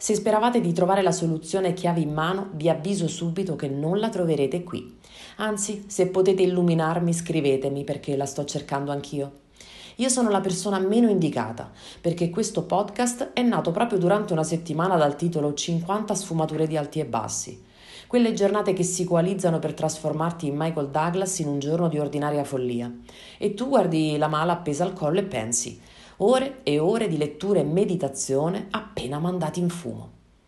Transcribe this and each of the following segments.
Se speravate di trovare la soluzione chiave in mano, vi avviso subito che non la troverete qui. Anzi, se potete illuminarmi, scrivetemi perché la sto cercando anch'io. Io sono la persona meno indicata, perché questo podcast è nato proprio durante una settimana dal titolo 50 sfumature di alti e bassi. Quelle giornate che si coalizzano per trasformarti in Michael Douglas in un giorno di ordinaria follia. E tu guardi la mala appesa al collo e pensi: ore e ore di lettura e meditazione appena mandati in fumo.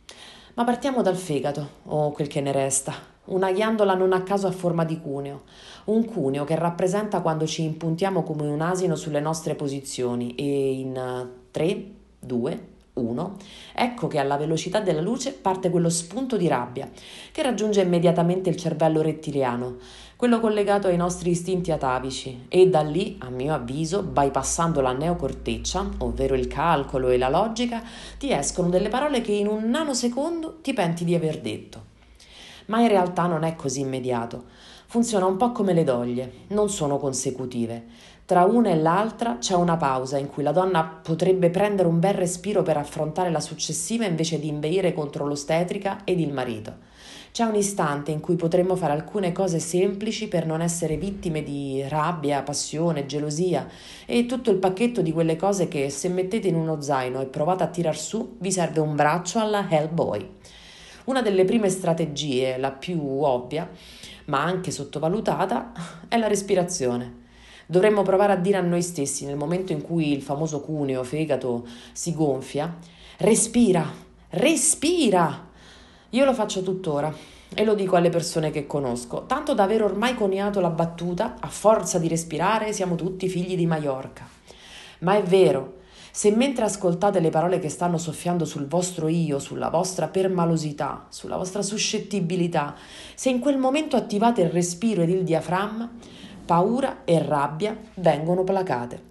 Ma partiamo dal fegato, o quel che ne resta. Una ghiandola non a caso a forma di cuneo. Un cuneo che rappresenta quando ci impuntiamo come un asino sulle nostre posizioni e in 3, 2, 1, ecco che alla velocità della luce parte quello spunto di rabbia che raggiunge immediatamente il cervello rettiliano, quello collegato ai nostri istinti atavici, e da lì, a mio avviso, bypassando la neocorteccia, ovvero il calcolo e la logica, ti escono delle parole che in un nanosecondo ti penti di aver detto. Ma in realtà non è così immediato. Funziona un po' come le doglie, non sono consecutive. Tra una e l'altra c'è una pausa in cui la donna potrebbe prendere un bel respiro per affrontare la successiva invece di inveire contro l'ostetrica ed il marito. C'è un istante in cui potremmo fare alcune cose semplici per non essere vittime di rabbia, passione, gelosia e tutto il pacchetto di quelle cose che, se mettete in uno zaino e provate a tirar su, vi serve un braccio alla Hellboy. Una delle prime strategie, la più ovvia, ma anche sottovalutata, è la respirazione. Dovremmo provare a dire a noi stessi, nel momento in cui il famoso cuneo, fegato, si gonfia: respira, respira! Io lo faccio tuttora e lo dico alle persone che conosco, tanto da aver ormai coniato la battuta: a forza di respirare siamo tutti figli di Maiorca. Ma è vero, se mentre ascoltate le parole che stanno soffiando sul vostro io, sulla vostra permalosità, sulla vostra suscettibilità, se in quel momento attivate il respiro ed il diaframma, paura e rabbia vengono placate.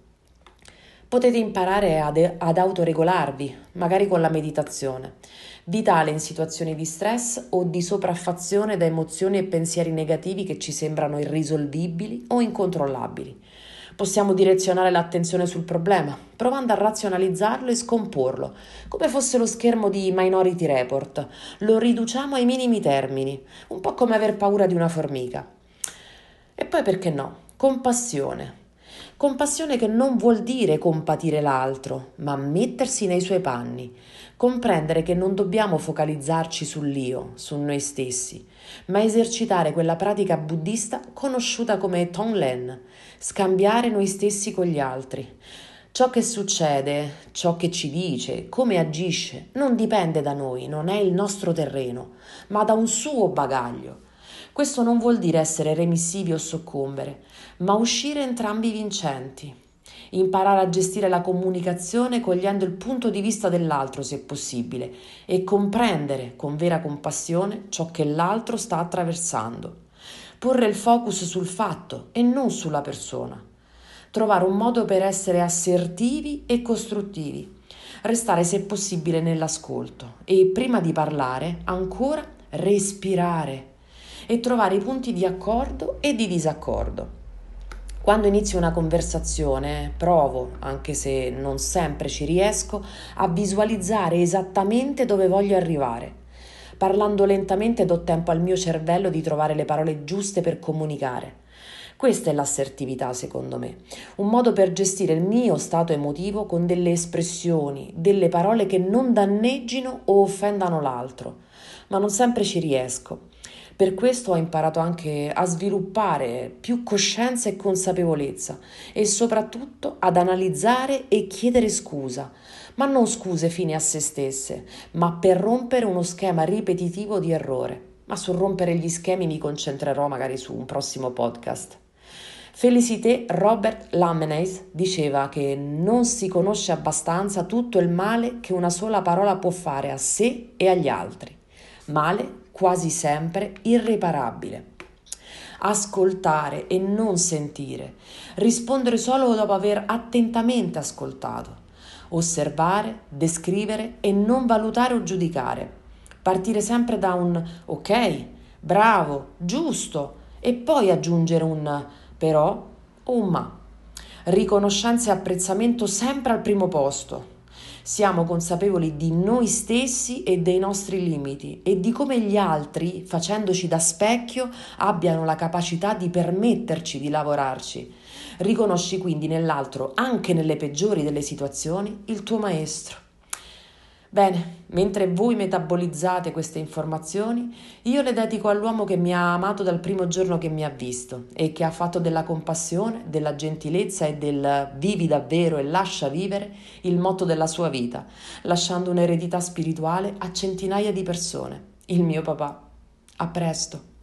Potete imparare ad autoregolarvi, magari con la meditazione, vitale in situazioni di stress o di sopraffazione da emozioni e pensieri negativi che ci sembrano irrisolvibili o incontrollabili. Possiamo direzionare l'attenzione sul problema, provando a razionalizzarlo e scomporlo, come fosse lo schermo di Minority Report. Lo riduciamo ai minimi termini, un po' come aver paura di una formica. E poi, perché no? Compassione. Compassione che non vuol dire compatire l'altro, ma mettersi nei suoi panni, comprendere che non dobbiamo focalizzarci sull'io, su noi stessi, ma esercitare quella pratica buddista conosciuta come Tonglen, scambiare noi stessi con gli altri. Ciò che succede, ciò che ci dice, come agisce, non dipende da noi, non è il nostro terreno, ma da un suo bagaglio. Questo non vuol dire essere remissivi o soccombere, ma uscire entrambi vincenti. Imparare a gestire la comunicazione cogliendo il punto di vista dell'altro, se possibile, e comprendere con vera compassione ciò che l'altro sta attraversando. Porre il focus sul fatto e non sulla persona. Trovare un modo per essere assertivi e costruttivi. Restare, se possibile, nell'ascolto e, prima di parlare, ancora respirare e trovare i punti di accordo e di disaccordo. Quando inizio una conversazione, provo, anche se non sempre ci riesco, a visualizzare esattamente dove voglio arrivare. Parlando lentamente do tempo al mio cervello di trovare le parole giuste per comunicare. Questa è l'assertività, secondo me, un modo per gestire il mio stato emotivo con delle espressioni, delle parole che non danneggino o offendano l'altro, ma non sempre ci riesco. Per questo ho imparato anche a sviluppare più coscienza e consapevolezza e soprattutto ad analizzare e chiedere scusa, ma non scuse fini a se stesse, ma per rompere uno schema ripetitivo di errore. Ma sul rompere gli schemi mi concentrerò magari su un prossimo podcast. Félicité Robert Lamennais diceva che non si conosce abbastanza tutto il male che una sola parola può fare a sé e agli altri. Male quasi sempre irreparabile. Ascoltare e non sentire, rispondere solo dopo aver attentamente ascoltato, osservare, descrivere e non valutare o giudicare, partire sempre da un ok, bravo, giusto e poi aggiungere un però o un ma. Riconoscenza e apprezzamento sempre al primo posto. Siamo consapevoli di noi stessi e dei nostri limiti e di come gli altri, facendoci da specchio, abbiano la capacità di permetterci di lavorarci. Riconosci quindi nell'altro, anche nelle peggiori delle situazioni, il tuo maestro. Bene, mentre voi metabolizzate queste informazioni, io le dedico all'uomo che mi ha amato dal primo giorno che mi ha visto e che ha fatto della compassione, della gentilezza e del vivi davvero e lascia vivere il motto della sua vita, lasciando un'eredità spirituale a centinaia di persone. Il mio papà. A presto.